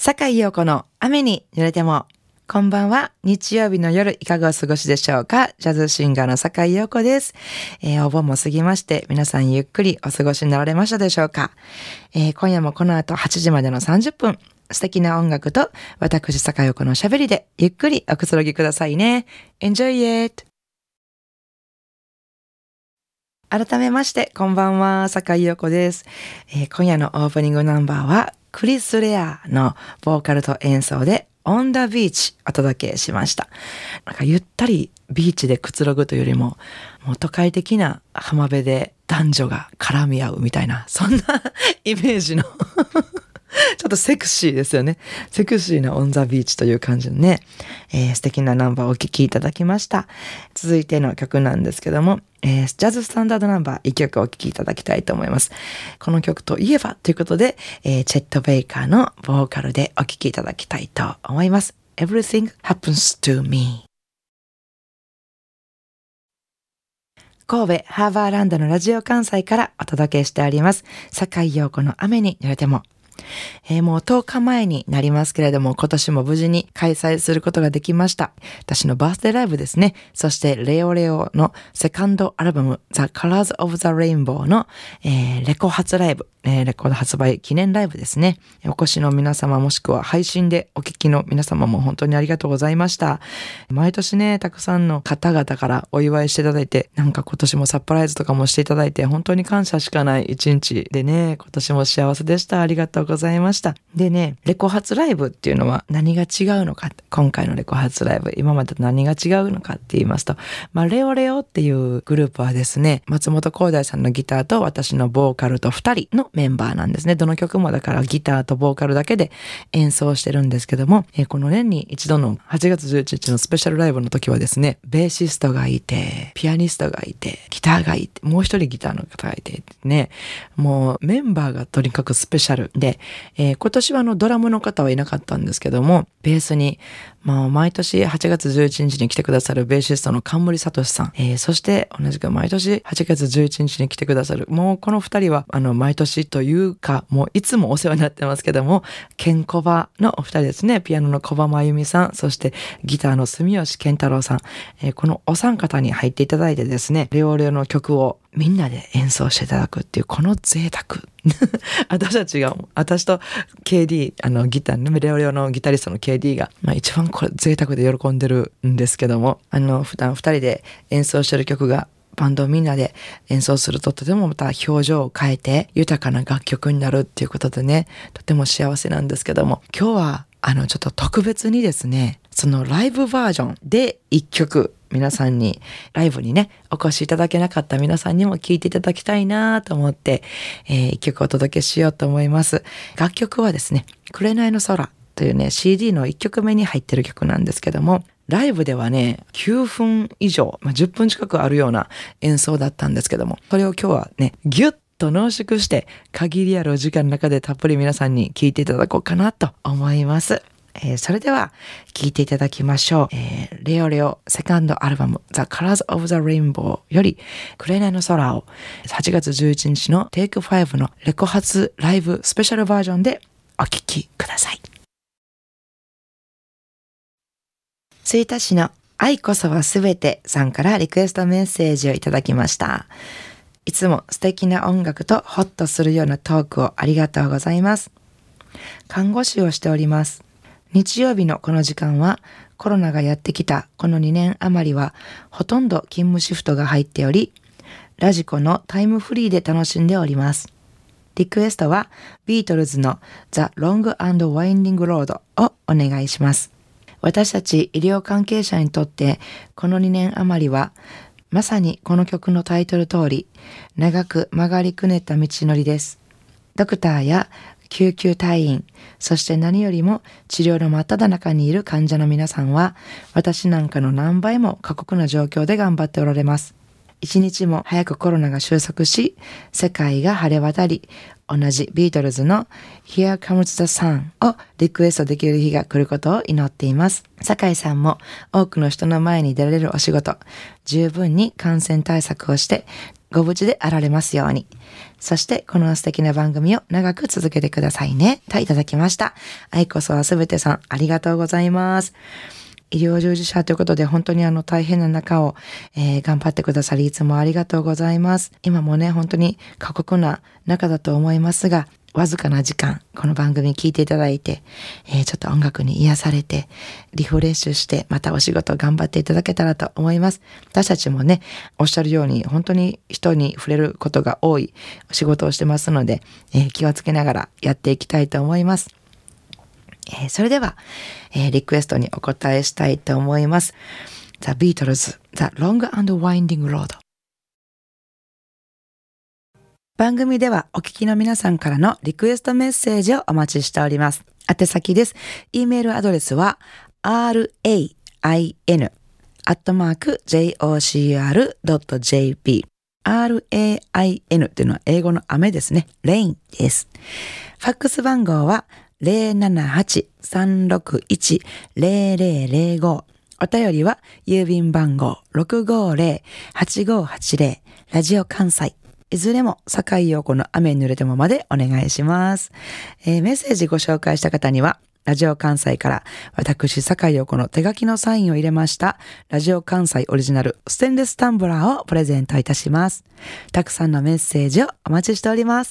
坂井陽子の雨に濡れても。こんばんは。日曜日の夜いかがお過ごしでしょうか。ジャズシンガーの坂井陽子です。お盆も過ぎまして皆さんゆっくりお過ごしになられましたでしょうか。今夜もこの後8時までの30分素敵な音楽と私坂井陽子のおしゃべりでゆっくりおくつろぎくださいね。 Enjoy it。 改めましてこんばんは、坂井陽子です。今夜のオープニングナンバーはクリス・レアのボーカルと演奏でOn the Beach お届けしました。なんかゆったりビーチでくつろぐというよりも、もう都会的な浜辺で男女が絡み合うみたいな、そんなイメージのちょっとセクシーですよね。セクシーな On the Beach という感じのね、素敵なナンバーをお聴きいただきました。続いての曲なんですけども、ジャズスタンダードナンバー1曲お聴きいただきたいと思います。この曲といえばということで、チェット・ベイカーのボーカルでお聴きいただきたいと思います。Everything Happens to Me。 神戸ハーバーランドのラジオ関西からお届けしております。坂井陽子の雨に濡れても。もう10日前になりますけれども、今年も無事に開催することができました。私のバースデーライブですね。そしてレオレオのセカンドアルバム The Colors of the Rainbow の、レコ発ライブ、レコード発売記念ライブですね。お越しの皆様もしくは配信でお聞きの皆様も本当にありがとうございました。毎年ね、たくさんの方々からお祝いしていただいて、なんか今年もサプライズとかもしていただいて本当に感謝しかない一日でね、今年も幸せでした。ありがとうございました。でね、レコ発ライブっていうのは何が違うのか、今回のレコ発ライブ今までと何が違うのかって言いますと、レオレオっていうグループはですね、松本光大さんのギターと私のボーカルと2人のメンバーなんですね。どの曲もだからギターとボーカルだけで演奏してるんですけども、この年に一度の8月11日のスペシャルライブの時はですね、ベーシストがいて、ピアニストがいて、ギターがいて、もう一人ギターの方がいてね、もうメンバーがとにかくスペシャルで、今年はドラムの方はいなかったんですけども、ベースに毎年8月11日に来てくださるベーシストの冠聡さん、そして同じく毎年8月11日に来てくださる、もうこの2人は毎年というかもういつもお世話になってますけども、ケンコバのお二人ですね。ピアノの小葉真由美さん、そしてギターの住吉健太郎さん、このお三方に入っていただいてですね、レオレオの曲をみんなで演奏していただくっていうこの贅沢私と KD ギターのレオレオのギタリストの KD が、一番これ贅沢で喜んでるんですけども、普段2人で演奏してる曲がバンドみんなで演奏するととてもまた表情を変えて豊かな楽曲になるっていうことでね、とても幸せなんですけども、今日はちょっと特別にですね、そのライブバージョンで1曲皆さんに、ライブにねお越しいただけなかった皆さんにも聴いていただきたいなと思って、1曲お届けしようと思います。楽曲はですね、紅の空というね CD の1曲目に入ってる曲なんですけども、ライブではね9分以上、10分近くあるような演奏だったんですけども、それを今日はねギュッと濃縮して限りあるお時間の中でたっぷり皆さんに聴いていただこうかなと思います。それでは聴いていただきましょう。レオレオセカンドアルバム The Colors of the Rainbow より紅の空を8月11日の Take 5のレコ発ライブスペシャルバージョンでお聴きください。吹田市の愛こそはすべてさんからリクエストメッセージをいただきました。いつも素敵な音楽とホッとするようなトークをありがとうございます。看護師をしております。日曜日のこの時間はコロナがやってきたこの2年余りはほとんど勤務シフトが入っており、ラジコのタイムフリーで楽しんでおります。リクエストはビートルズの The Long and Winding Road をお願いします。私たち医療関係者にとってこの2年余りはまさにこの曲のタイトル通り長く曲がりくねった道のりです。ドクターや救急隊員、そして何よりも治療の真っ只中にいる患者の皆さんは私なんかの何倍も過酷な状況で頑張っておられます。一日も早くコロナが収束し、世界が晴れ渡り、同じビートルズの Here Comes the Sun をリクエストできる日が来ることを祈っています。酒井さんも多くの人の前に出られるお仕事、十分に感染対策をしてご無事であられますように。そしてこの素敵な番組を長く続けてくださいね。といただきました。愛こそはすべてさん、ありがとうございます。医療従事者ということで本当に大変な中を、頑張ってくださりいつもありがとうございます。今もね、本当に過酷な中だと思いますが、わずかな時間、この番組聞いていただいて、ちょっと音楽に癒されて、リフレッシュして、またお仕事頑張っていただけたらと思います。私たちもね、おっしゃるように、本当に人に触れることが多い仕事をしてますので、気をつけながらやっていきたいと思います。それでは、リクエストにお答えしたいと思います。The Beatles, The Long and Winding Road。番組ではお聞きの皆さんからのリクエストメッセージをお待ちしております。宛先です。e メールアドレスは rain@jocr.jp rain というのは英語の雨ですね。rain です。ファックス番号は 078-361-0005。お便りは郵便番号 650-8580 ラジオ関西。いずれも坂井陽子の雨に濡れてもまでお願いします。メッセージご紹介した方にはラジオ関西から私坂井陽子の手書きのサインを入れましたラジオ関西オリジナルステンレスタンブラーをプレゼントいたします。たくさんのメッセージをお待ちしております。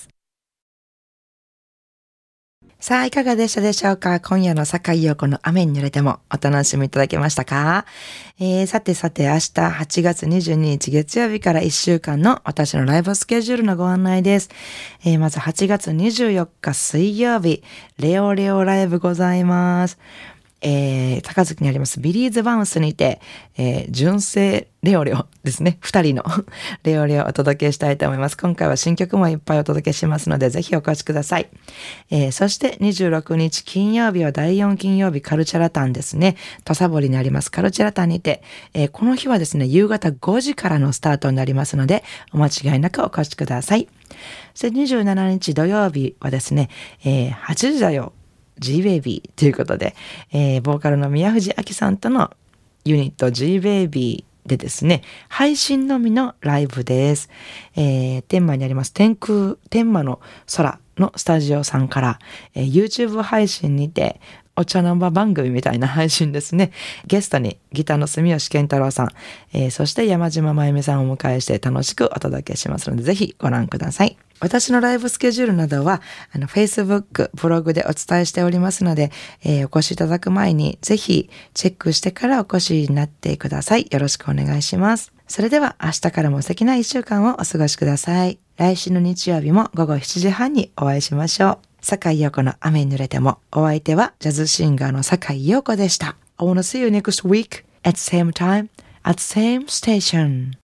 さあ、いかがでしたでしょうか。今夜の坂井陽子の雨に濡れてもお楽しみいただけましたか。さて明日8月22日月曜日から1週間の私のライブスケジュールのご案内です。まず8月24日水曜日、レオレオライブございます。高槻にありますビリーズバウンスにて、純正レオレオですね。2人のレオレオをお届けしたいと思います。今回は新曲もいっぱいお届けしますので、ぜひお越しください。そして26日金曜日は第4金曜日カルチャラタンですね。土佐堀にありますカルチャラタンにて、この日はですね、夕方5時からのスタートになりますので、お間違いなくお越しください。そして27日土曜日はですね、8時だよ。G-Baby ということで、ボーカルの宮藤明さんとのユニット G-Baby でですね、配信のみのライブです。天満にあります天満の空のスタジオさんから、YouTube 配信にてお茶の間番組みたいな配信ですね。ゲストにギターの住吉健太郎さん、そして山島真由美さんをお迎えして楽しくお届けしますので、ぜひご覧ください。私のライブスケジュールなどはFacebook、ブログでお伝えしておりますので、お越しいただく前にぜひチェックしてからお越しになってください。よろしくお願いします。それでは明日からも素敵な1週間をお過ごしください。来週の日曜日も午後7時半にお会いしましょう。坂井陽子の雨に濡れても、お相手はジャズシンガーの坂井陽子でした。I wanna see you next week at same time at same station.